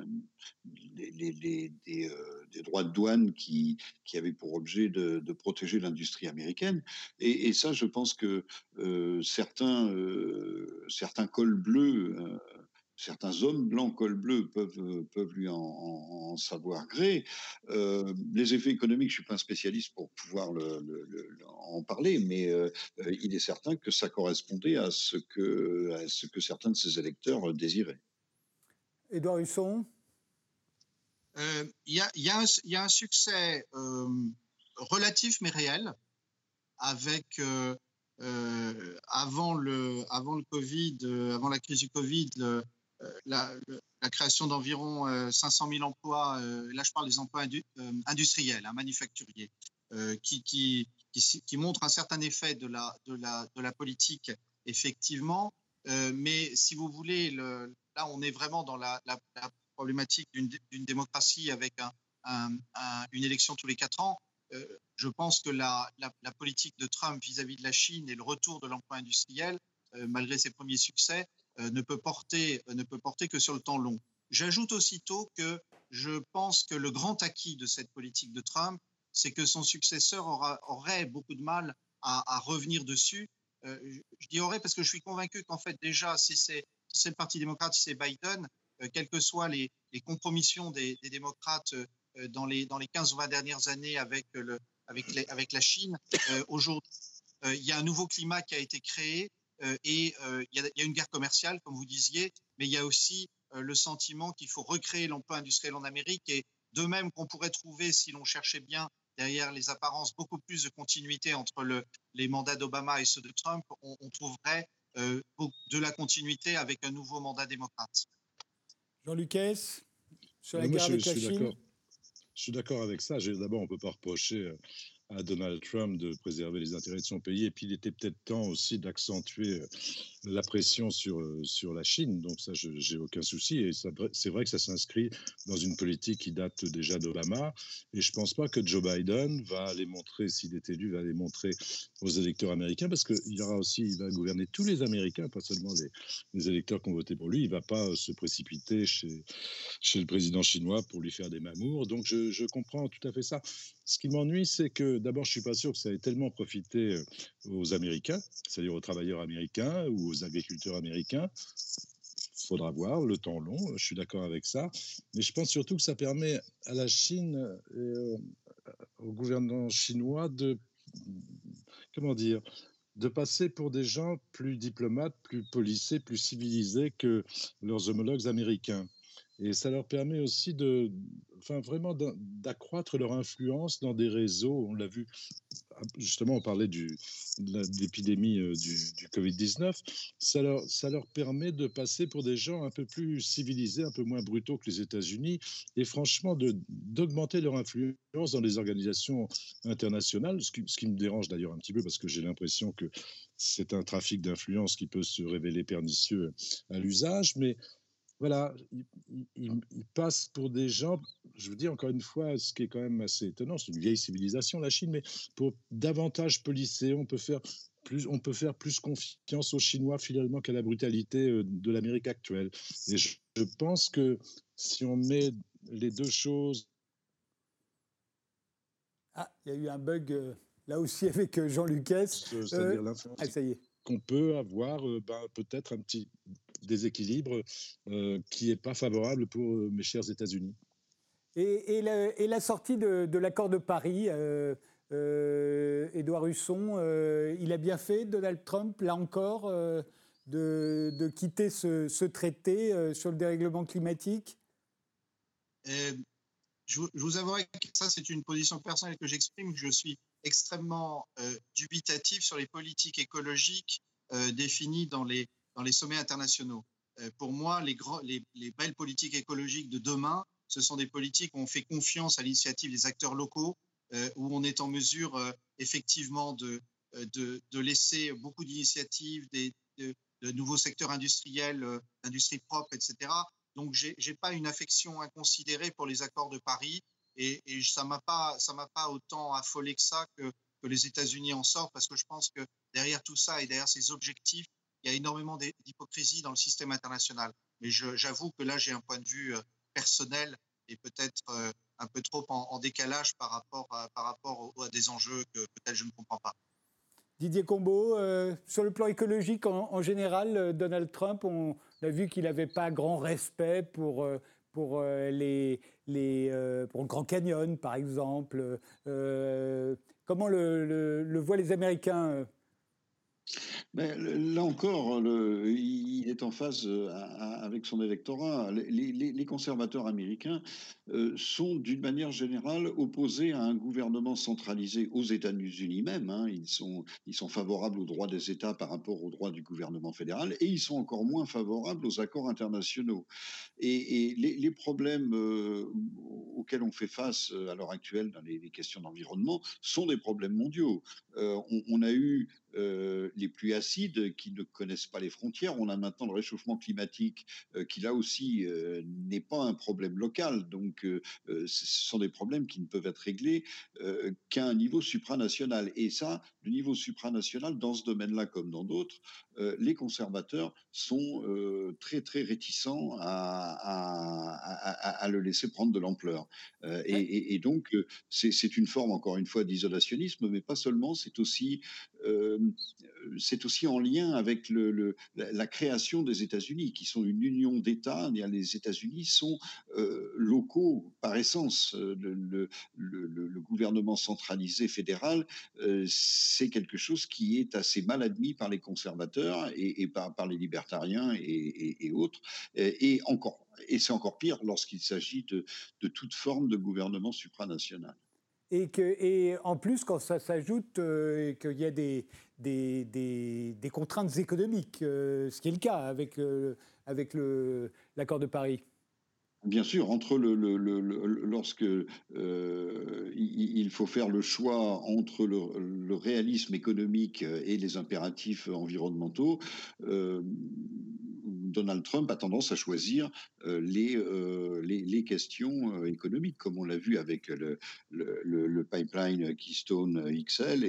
des droits de douane qui avaient pour objet de protéger l'industrie américaine. Et ça, je pense que certains cols bleus... certains hommes blancs col bleu peuvent lui en savoir gré. Les effets économiques, je ne suis pas un spécialiste pour pouvoir en parler, mais il est certain que ça correspondait à ce que certains de ses électeurs désiraient. Édouard Husson ? Il y a un succès relatif mais réel avec... avant le Covid, avant la crise du Covid, la création d'environ 500 000 emplois, là je parle des emplois industriels, manufacturiers, qui montrent un certain effet de la politique, effectivement. Mais si vous voulez, là on est vraiment dans la problématique d'une démocratie avec une élection tous les 4 ans. Je pense que la politique de Trump vis-à-vis de la Chine et le retour de l'emploi industriel, malgré ses premiers succès, ne peut porter que sur le temps long. J'ajoute aussitôt que je pense que le grand acquis de cette politique de Trump, c'est que son successeur aurait beaucoup de mal à revenir dessus. Je dis aurait parce que je suis convaincu qu'en fait déjà, si c'est le Parti démocrate, si c'est Biden, quelles que soient les compromissions des démocrates dans les 15 ou 20 dernières années avec la Chine, aujourd'hui, il y a un nouveau climat qui a été créé et il y a une guerre commerciale, comme vous disiez, mais il y a aussi le sentiment qu'il faut recréer l'emploi industriel en Amérique et de même qu'on pourrait trouver, si l'on cherchait bien, derrière les apparences, beaucoup plus de continuité entre les mandats d'Obama et ceux de Trump, on trouverait de la continuité avec un nouveau mandat démocrate. Jean-Luc Hess, sur la Moi, guerre avec la Chine. Je suis d'accord avec ça. D'abord, on ne peut pas reprocher à Donald Trump de préserver les intérêts de son pays. Et puis, il était peut-être temps aussi d'accentuer la pression sur la Chine. Donc ça, j'ai aucun souci. Et c'est vrai que ça s'inscrit dans une politique qui date déjà d'Obama. Et je ne pense pas que Joe Biden va aller montrer, s'il est élu, va aller montrer aux électeurs américains, parce qu'il va gouverner tous les Américains, pas seulement les électeurs qui ont voté pour lui. Il ne va pas se précipiter chez le président chinois pour lui faire des mamours. Donc je comprends tout à fait ça. Ce qui m'ennuie, c'est que d'abord, je ne suis pas sûr que ça ait tellement profité aux Américains, c'est-à-dire aux travailleurs américains ou aux agriculteurs américains. Il faudra voir, le temps long, je suis d'accord avec ça. Mais je pense surtout que ça permet à la Chine et au gouvernement chinois de passer pour des gens plus diplomates, plus policés, plus civilisés que leurs homologues américains. Et ça leur permet aussi vraiment d'accroître leur influence dans des réseaux. On l'a vu, justement, on parlait de l'épidémie du Covid-19. Ça leur permet de passer pour des gens un peu plus civilisés, un peu moins brutaux que les États-Unis, et franchement d'augmenter leur influence dans les organisations internationales, ce qui me dérange d'ailleurs un petit peu, parce que j'ai l'impression que c'est un trafic d'influence qui peut se révéler pernicieux à l'usage, mais voilà, ils passent pour des gens, je vous dis encore une fois, ce qui est quand même assez étonnant, c'est une vieille civilisation, la Chine, mais pour davantage policer, on peut faire plus confiance aux Chinois finalement qu'à la brutalité de l'Amérique actuelle. Et je pense que si on met les deux choses... Ah, il y a eu un bug là aussi avec Jean-Luc Hess. C'est-à-dire l'influence ça y est. Qu'on peut avoir peut-être un petit déséquilibre qui n'est pas favorable pour mes chers États-Unis. Et la sortie de l'accord de Paris, Édouard Husson, il a bien fait, Donald Trump, là encore, de quitter ce traité sur le dérèglement climatique? Je vous avouerai que ça, c'est une position personnelle que j'exprime. Je suis extrêmement dubitatif sur les politiques écologiques définies dans les sommets internationaux. Pour moi, les belles politiques écologiques de demain, ce sont des politiques où on fait confiance à l'initiative des acteurs locaux, où on est en mesure effectivement de laisser beaucoup d'initiatives, de nouveaux secteurs industriels, d'industrie propre, etc. Donc, je n'ai pas une affection inconsidérée pour les accords de Paris et ça m'a pas autant affolé que ça que les États-Unis en sortent, parce que je pense que derrière tout ça et derrière ces objectifs, il y a énormément d'hypocrisie dans le système international. Mais j'avoue que là, j'ai un point de vue personnel et peut-être un peu trop en décalage par rapport à des enjeux que peut-être je ne comprends pas. Didier Combaud, sur le plan écologique en général, Donald Trump, on a vu qu'il n'avait pas grand respect pour le Grand Canyon, par exemple. Comment le voient les Américains? Mais là encore, il est en phase avec son électorat. Les conservateurs américains sont d'une manière générale opposés à un gouvernement centralisé aux États-Unis même. Hein. Ils sont favorables aux droits des États par rapport aux droits du gouvernement fédéral, et ils sont encore moins favorables aux accords internationaux. Et les problèmes auxquels on fait face à l'heure actuelle dans les questions d'environnement sont des problèmes mondiaux. On a eu les pluies acides qui ne connaissent pas les frontières. On a maintenant le réchauffement climatique qui, là aussi, n'est pas un problème local. Donc, ce sont des problèmes qui ne peuvent être réglés qu'à un niveau supranational. Et ça, le niveau supranational, dans ce domaine-là comme dans d'autres, les conservateurs sont très, très réticents à le laisser prendre de l'ampleur. Et donc, c'est une forme, encore une fois, d'isolationnisme, mais pas seulement, c'est aussi en lien avec la création des États-Unis, qui sont une union d'États. Les États-Unis sont locaux par essence. Le gouvernement centralisé fédéral, c'est quelque chose qui est assez mal admis par les conservateurs et par les libertariens et autres. Et c'est encore pire lorsqu'il s'agit de toute forme de gouvernement supranational. Et en plus, quand ça s'ajoute qu'il y a des contraintes économiques, ce qui est le cas avec l'accord de Paris. Bien sûr, lorsque il faut faire le choix entre le réalisme économique et les impératifs environnementaux, Donald Trump a tendance à choisir les questions économiques, comme on l'a vu avec le pipeline Keystone XL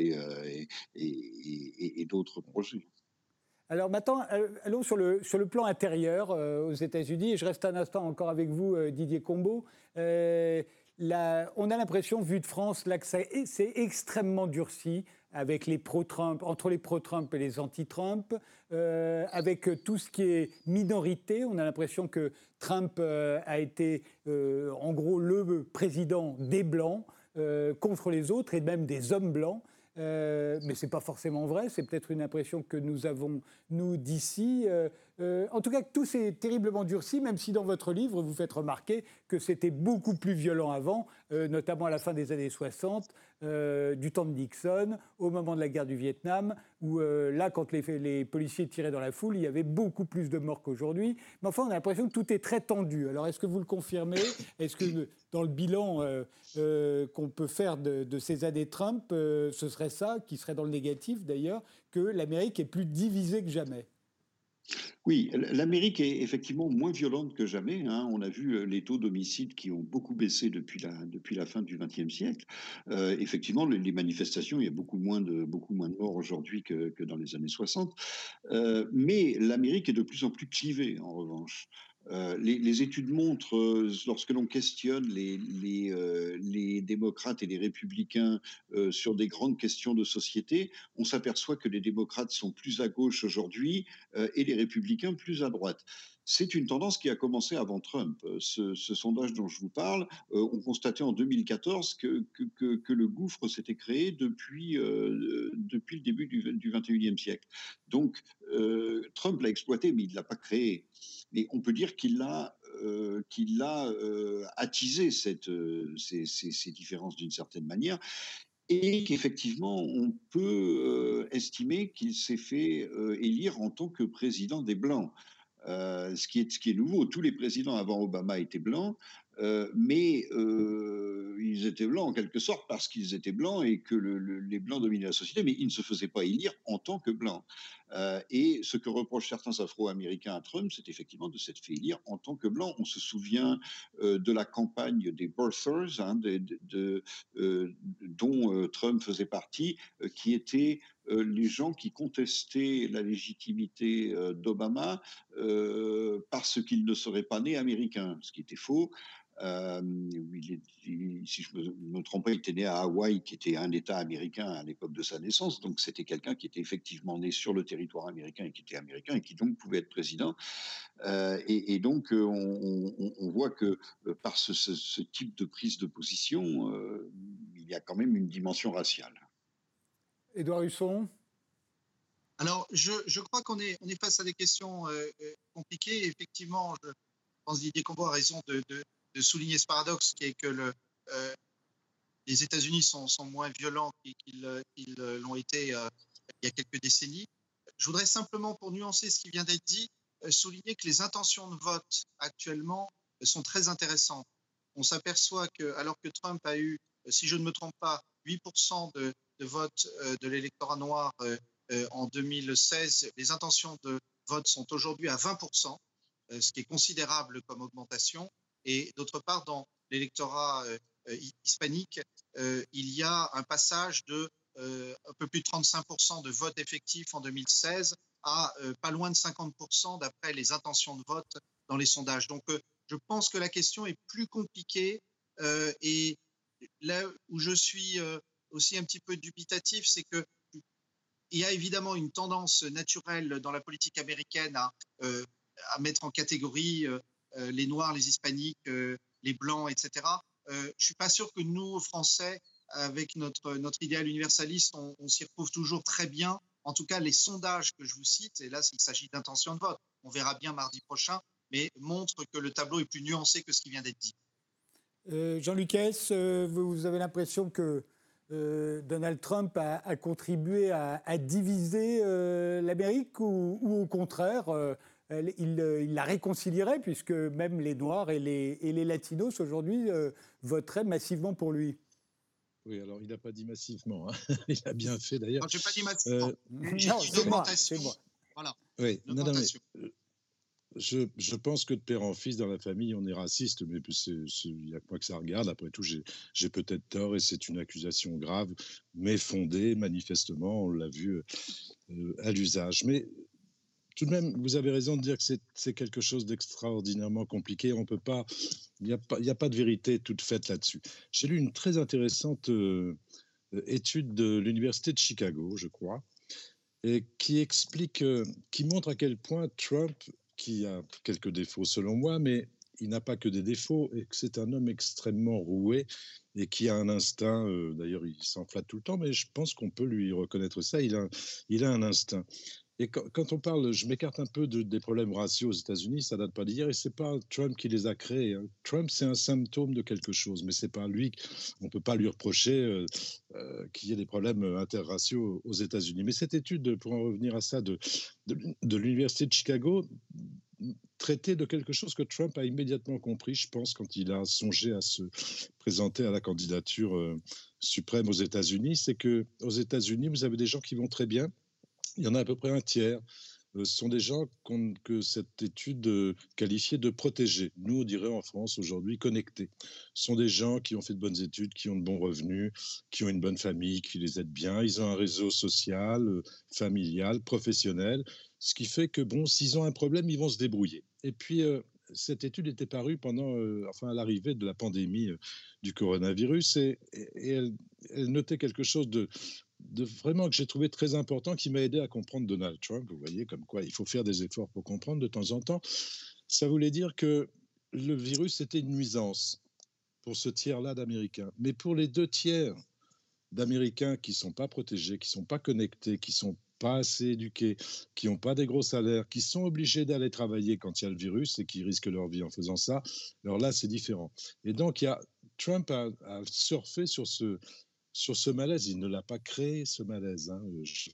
et d'autres projets. Alors maintenant, allons sur le plan intérieur aux États-Unis. Et je reste un instant encore avec vous, Didier Combaud. On a l'impression, vu de France, là, que c'est extrêmement durci avec les pro-Trump, entre les pro-Trump et les anti-Trump, avec tout ce qui est minorité. On a l'impression que Trump a été, en gros, le président des Blancs contre les autres et même des hommes blancs. Mais ce n'est pas forcément vrai, c'est peut-être une impression que nous avons, nous, d'ici. En tout cas, tout s'est terriblement durci, même si dans votre livre, vous faites remarquer que c'était beaucoup plus violent avant, notamment à la fin des années 60, du temps de Nixon, au moment de la guerre du Vietnam, où là, quand les policiers tiraient dans la foule, il y avait beaucoup plus de morts qu'aujourd'hui. Mais enfin, on a l'impression que tout est très tendu. Alors, est-ce que vous le confirmez ? Est-ce que dans le bilan qu'on peut faire de ces années Trump, ce serait ça, qui serait dans le négatif d'ailleurs, que l'Amérique est plus divisée que jamais ? Oui, l'Amérique est effectivement moins violente que jamais. On a vu les taux d'homicide qui ont beaucoup baissé depuis la fin du XXe siècle. Effectivement, les manifestations, il y a beaucoup moins de morts aujourd'hui que dans les années 60. Mais l'Amérique est de plus en plus clivée, en revanche. Les études montrent, lorsque l'on questionne les démocrates et les républicains sur des grandes questions de société, on s'aperçoit que les démocrates sont plus à gauche aujourd'hui et les républicains plus à droite. C'est une tendance qui a commencé avant Trump. Ce sondage dont je vous parle, on constatait en 2014 que le gouffre s'était créé depuis le début du 21e siècle. Donc, Trump l'a exploité, mais il ne l'a pas créé. Mais on peut dire qu'il a attisé ces différences d'une certaine manière, et qu'effectivement, on peut estimer qu'il s'est fait élire en tant que président des Blancs. Ce qui est nouveau. Tous les présidents avant Obama étaient blancs, mais ils étaient blancs en quelque sorte parce qu'ils étaient blancs et que les blancs dominaient la société, mais ils ne se faisaient pas élire en tant que blancs. Et ce que reprochent certains Afro-Américains à Trump, c'est effectivement de s'être fait élire en tant que blanc. On se souvient de la campagne des birthers, dont Trump faisait partie, qui étaient les gens qui contestaient la légitimité d'Obama parce qu'il ne serait pas né américain, ce qui était faux. Si je ne me trompe pas, il était né à Hawaï, qui était un État américain à l'époque de sa naissance. Donc, c'était quelqu'un qui était effectivement né sur le territoire américain et qui était américain et qui donc pouvait être président. Et donc, on voit que par ce type de prise de position, il y a quand même une dimension raciale. Édouard Husson ? Alors, je crois qu'on est face à des questions compliquées. Effectivement, je pense que Didier Combaud a raison de souligner ce paradoxe qui est que les États-Unis sont moins violents qu'ils l'ont été il y a quelques décennies. Je voudrais simplement, pour nuancer ce qui vient d'être dit, souligner que les intentions de vote actuellement sont très intéressantes. On s'aperçoit que, alors que Trump a eu, si je ne me trompe pas, 8% de vote de l'électorat noir en 2016, les intentions de vote sont aujourd'hui à 20%, ce qui est considérable comme augmentation. Et d'autre part, dans l'électorat hispanique, il y a un passage de un peu plus de 35% de vote effectif en 2016 à pas loin de 50% d'après les intentions de vote dans les sondages. Donc, je pense que la question est plus compliquée et là où je suis aussi un petit peu dubitatif, c'est que il y a évidemment une tendance naturelle dans la politique américaine à mettre en catégorie les Noirs, les Hispaniques, les Blancs, etc. Je ne suis pas sûr que nous, Français, avec notre idéal universaliste, on s'y retrouve toujours très bien. En tout cas, les sondages que je vous cite, et là, il s'agit d'intention de vote, on verra bien mardi prochain, mais montrent que le tableau est plus nuancé que ce qui vient d'être dit. Jean-Luc Hess, vous avez l'impression que Donald Trump a contribué à diviser l'Amérique ou au contraire, il la réconcilierait puisque même les Noirs et les Latinos aujourd'hui voteraient massivement pour lui? Oui, alors il n'a pas dit massivement. Hein. Il a bien fait d'ailleurs. Je n'ai pas dit massivement. J'ai Non, dit une c'est moi. augmentation. Voilà. Oui, Une non, augmentation. mais je pense que de père en fils dans la famille, on est raciste, mais il n'y a que moi que ça regarde. Après tout, j'ai peut-être tort et c'est une accusation grave, mais fondée, manifestement, on l'a vu à l'usage. Mais tout de même, vous avez raison de dire que c'est quelque chose d'extraordinairement compliqué. On peut pas, il n'y a pas de vérité toute faite là-dessus. J'ai lu une très intéressante étude de l'Université de Chicago, je crois, et qui explique, qui montre à quel point Trump, qui a quelques défauts selon moi, mais il n'a pas que des défauts, et que c'est un homme extrêmement roué et qui a un instinct, d'ailleurs il s'enflatte tout le temps, mais je pense qu'on peut lui reconnaître ça, il a un instinct. Et quand on parle, je m'écarte un peu des problèmes raciaux aux États-Unis, ça date pas d'hier, et c'est pas Trump qui les a créés. Hein. Trump, c'est un symptôme de quelque chose, mais c'est pas lui. On peut pas lui reprocher qu'il y ait des problèmes interraciaux aux États-Unis. Mais cette étude, pour en revenir à ça, de l'Université de Chicago, traitait de quelque chose que Trump a immédiatement compris, je pense, quand il a songé à se présenter à la candidature suprême aux États-Unis, c'est que aux États-Unis, vous avez des gens qui vont très bien. Il y en a à peu près un tiers. Ce sont des gens que cette étude qualifiait de protégés. Nous, on dirait en France aujourd'hui connectés. Ce sont des gens qui ont fait de bonnes études, qui ont de bons revenus, qui ont une bonne famille, qui les aide bien. Ils ont un réseau social, familial, professionnel, ce qui fait que, bon, s'ils ont un problème, ils vont se débrouiller. Et puis, cette étude était parue pendant, à l'arrivée de la pandémie du coronavirus et elle notait quelque chose de vraiment que j'ai trouvé très important, qui m'a aidé à comprendre Donald Trump. Vous voyez, comme quoi il faut faire des efforts pour comprendre de temps en temps. Ça voulait dire que le virus était une nuisance pour ce tiers-là d'Américains. Mais pour les 2 tiers d'Américains qui ne sont pas protégés, qui ne sont pas connectés, qui ne sont pas assez éduqués, qui n'ont pas des gros salaires, qui sont obligés d'aller travailler quand il y a le virus et qui risquent leur vie en faisant ça, alors là, c'est différent. Et donc, Trump a surfé sur ce malaise. Il ne l'a pas créé, ce malaise. Hein.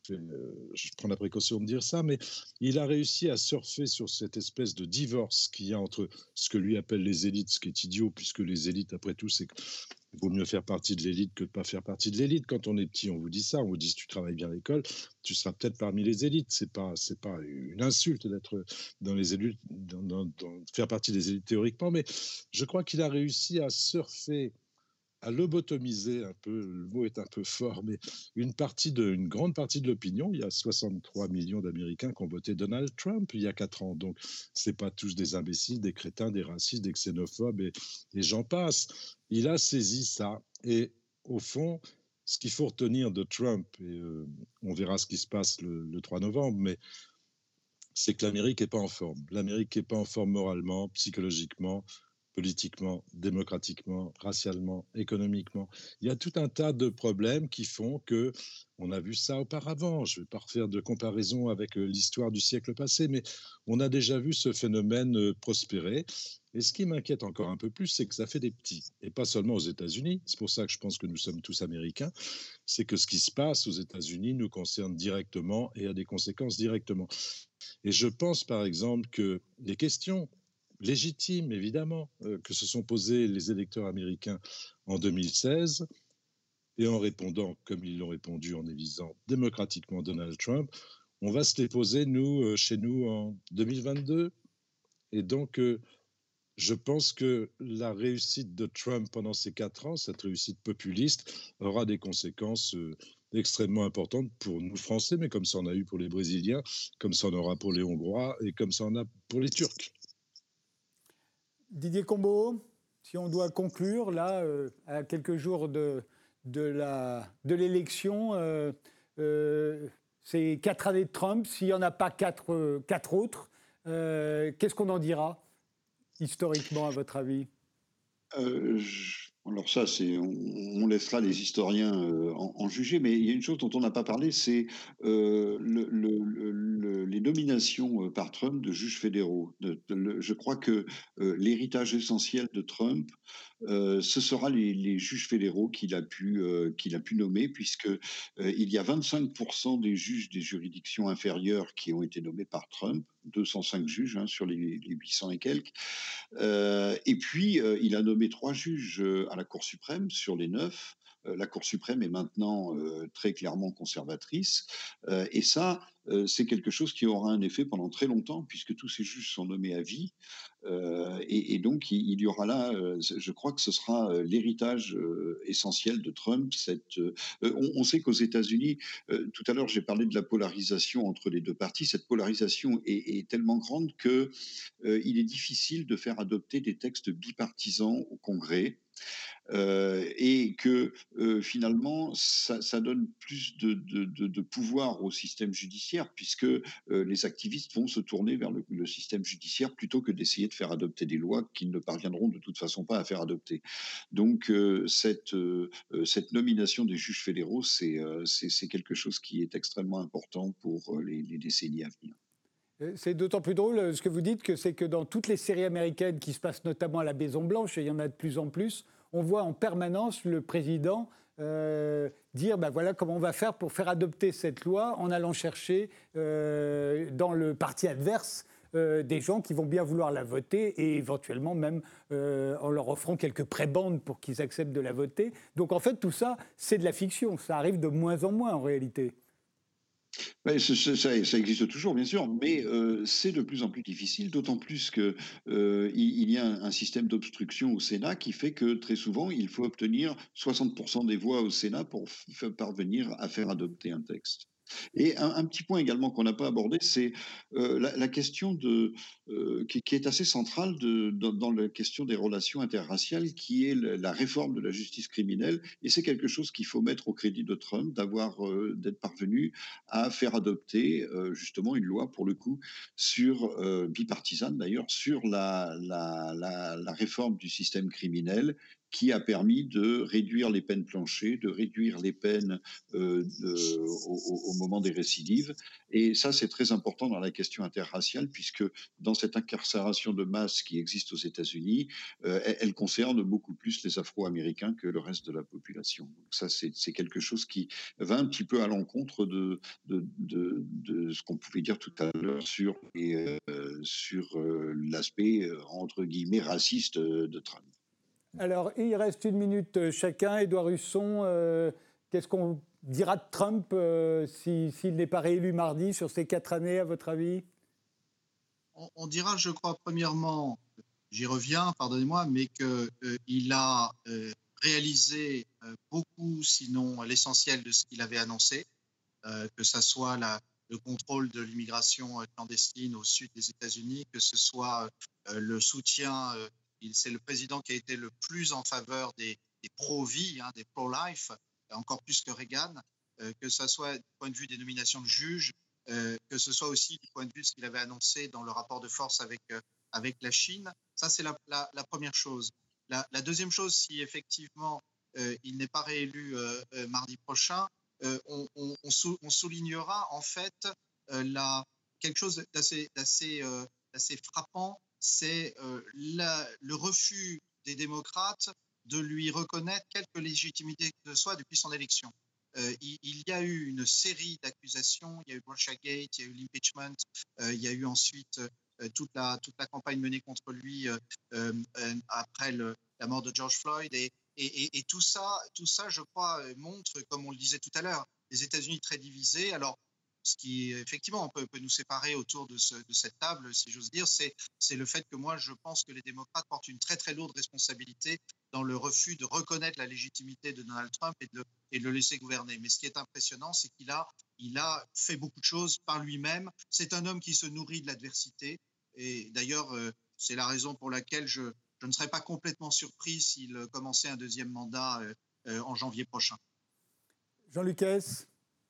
Je prends la précaution de dire ça, mais il a réussi à surfer sur cette espèce de divorce qu'il y a entre ce que lui appelle les élites, ce qui est idiot, puisque les élites, après tout, c'est qu'il vaut mieux faire partie de l'élite que de ne pas faire partie de l'élite. Quand on est petit, on vous dit ça. On vous dit, si tu travailles bien à l'école, tu seras peut-être parmi les élites. C'est pas une insulte d'être dans les élites, faire partie des élites théoriquement, mais je crois qu'il a réussi à surfer, à lobotomiser un peu, le mot est un peu fort, mais une grande partie de l'opinion. Il y a 63 millions d'Américains qui ont voté Donald Trump il y a 4 ans. Donc, ce n'est pas tous des imbéciles, des crétins, des racistes, des xénophobes, et j'en passe. Il a saisi ça. Et au fond, ce qu'il faut retenir de Trump, et on verra ce qui se passe le 3 novembre, mais c'est que l'Amérique n'est pas en forme. L'Amérique n'est pas en forme moralement, psychologiquement, politiquement, démocratiquement, racialement, économiquement. Il y a tout un tas de problèmes qui font que, on a vu ça auparavant, je ne vais pas refaire de comparaison avec l'histoire du siècle passé, mais on a déjà vu ce phénomène prospérer. Et ce qui m'inquiète encore un peu plus, c'est que ça fait des petits, et pas seulement aux États-Unis. C'est pour ça que je pense que nous sommes tous américains. C'est que ce qui se passe aux États-Unis nous concerne directement et a des conséquences directement. Et je pense par exemple que les questions légitimes, évidemment, que se sont posées les électeurs américains en 2016, et en répondant, comme ils l'ont répondu, en élisant démocratiquement Donald Trump, on va se les poser, nous, chez nous, en 2022. Et donc, je pense que la réussite de Trump pendant ces 4 ans, cette réussite populiste, aura des conséquences extrêmement importantes pour nous Français, mais comme ça en a eu pour les Brésiliens, comme ça en aura pour les Hongrois, et comme ça en a pour les Turcs. Didier Combaud, si on doit conclure, là, à quelques jours de l'élection, c'est 4 années de Trump. S'il n'y en a pas 4 autres, qu'est-ce qu'on en dira, historiquement, à votre avis ? Alors ça, on laissera les historiens en juger, mais il y a une chose dont on n'a pas parlé, c'est les nominations par Trump de juges fédéraux. Je crois que l'héritage essentiel de Trump, ce sera les juges fédéraux qu'il a pu nommer, puisque il y a 25% des juges des juridictions inférieures qui ont été nommés par Trump, 205 juges sur les 800 et quelques. Et puis, il a nommé 3 juges à la Cour suprême sur les 9. La Cour suprême est maintenant très clairement conservatrice. Et ça, c'est quelque chose qui aura un effet pendant très longtemps, puisque tous ces juges sont nommés à vie. Et donc, il y aura là, je crois que ce sera l'héritage essentiel de Trump. On sait qu'aux États-Unis, tout à l'heure, j'ai parlé de la polarisation entre les deux partis. Cette polarisation est tellement grande qu'il est difficile de faire adopter des textes bipartisans au Congrès. Et que finalement, ça donne plus de pouvoir au système judiciaire, puisque les activistes vont se tourner vers le système judiciaire plutôt que d'essayer de faire adopter des lois qu'ils ne parviendront de toute façon pas à faire adopter. Donc cette nomination des juges fédéraux, c'est quelque chose qui est extrêmement important pour les décennies à venir. C'est d'autant plus drôle ce que vous dites, que c'est que dans toutes les séries américaines qui se passent notamment à la Maison-Blanche, et il y en a de plus en plus, on voit en permanence le président dire voilà comment on va faire pour faire adopter cette loi en allant chercher dans le parti adverse des gens qui vont bien vouloir la voter et éventuellement même en leur offrant quelques prébendes pour qu'ils acceptent de la voter. Donc en fait tout ça c'est de la fiction, ça arrive de moins en moins en réalité. Ouais, ça existe toujours, bien sûr, mais c'est de plus en plus difficile, d'autant plus qu'il y a un système d'obstruction au Sénat qui fait que très souvent, il faut obtenir 60% des voix au Sénat pour parvenir à faire adopter un texte. Et un petit point également qu'on n'a pas abordé, c'est la question qui est assez centrale dans la question des relations interraciales, qui est la réforme de la justice criminelle. Et c'est quelque chose qu'il faut mettre au crédit de Trump, d'être parvenu à faire adopter justement une loi, pour le coup, bipartisane d'ailleurs, sur la réforme du système criminel, qui a permis de réduire les peines planchers, de réduire les peines au moment des récidives. Et ça, c'est très important dans la question interraciale, puisque dans cette incarcération de masse qui existe aux États-Unis, elle concerne beaucoup plus les Afro-Américains que le reste de la population. Donc ça, c'est quelque chose qui va un petit peu à l'encontre de ce qu'on pouvait dire tout à l'heure sur l'aspect, entre guillemets, raciste de Trump. Alors, il reste 1 minute chacun. Édouard Husson, qu'est-ce qu'on dira de Trump s'il n'est pas réélu mardi sur ces 4 années, à votre avis ? On dira, je crois, premièrement, j'y reviens, pardonnez-moi, mais qu'il a réalisé beaucoup, sinon l'essentiel de ce qu'il avait annoncé, que ce soit le contrôle de l'immigration clandestine au sud des États-Unis, que ce soit le soutien... c'est le président qui a été le plus en faveur des pro-vie, des pro-life, encore plus que Reagan, que ce soit du point de vue des nominations de juges, que ce soit aussi du point de vue de ce qu'il avait annoncé dans le rapport de force avec la Chine. Ça, c'est la première chose. La deuxième chose, si effectivement il n'est pas réélu mardi prochain, on soulignera en fait quelque chose d'assez frappant, c'est le refus des démocrates de lui reconnaître quelque légitimité que ce soit depuis son élection. Il y a eu une série d'accusations, il y a eu Russiagate, il y a eu l'impeachment, il y a eu ensuite toute la campagne menée contre lui après la mort de George Floyd, et tout ça, je crois, montre, comme on le disait tout à l'heure, les États-Unis très divisés. Alors, ce qui, effectivement, peut nous séparer autour de cette table, si j'ose dire, c'est le fait que moi, je pense que les démocrates portent une très, très lourde responsabilité dans le refus de reconnaître la légitimité de Donald Trump et de le laisser gouverner. Mais ce qui est impressionnant, c'est qu'il a fait beaucoup de choses par lui-même. C'est un homme qui se nourrit de l'adversité. Et d'ailleurs, c'est la raison pour laquelle je ne serais pas complètement surpris s'il commençait un 2e mandat en janvier prochain. Jean-Luc Hess.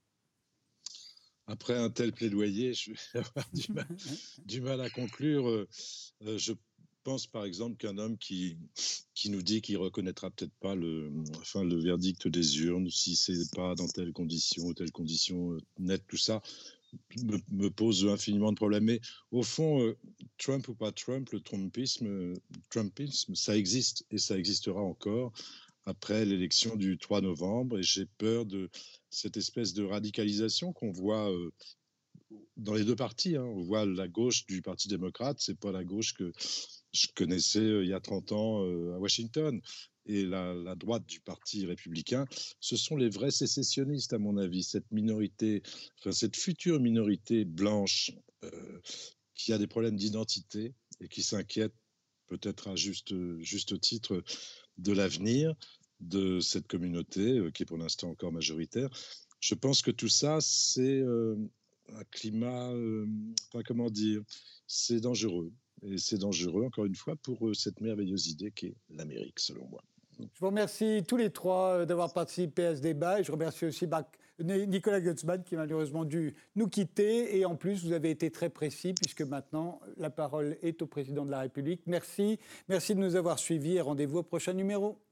Après un tel plaidoyer, je vais avoir du mal à conclure. Je pense par exemple qu'un homme qui qui nous dit qu'il reconnaîtra peut-être pas le verdict des urnes si c'est pas dans telle condition ou telle condition nette. Tout ça me pose infiniment de problèmes. Mais au fond, Trump ou pas Trump, le Trumpisme, ça existe et ça existera encore après l'élection du 3 novembre. Et j'ai peur de cette espèce de radicalisation qu'on voit dans les deux partis. On voit la gauche du Parti démocrate, c'est pas la gauche que je connaissais il y a 30 ans à Washington. Et la droite du Parti républicain, ce sont les vrais sécessionnistes, à mon avis. Cette minorité, cette future minorité blanche qui a des problèmes d'identité et qui s'inquiète peut-être à juste titre de l'avenir de cette communauté qui est pour l'instant encore majoritaire. Je pense que tout ça, c'est un climat, comment dire, c'est dangereux. Et c'est dangereux, encore une fois, pour cette merveilleuse idée qu'est l'Amérique, selon moi. Je vous remercie tous les trois d'avoir participé à ce débat. Et je remercie aussi Nicolas Guzman qui malheureusement dû nous quitter. Et en plus, vous avez été très précis puisque maintenant, la parole est au président de la République. Merci. Merci de nous avoir suivis et rendez-vous au prochain numéro.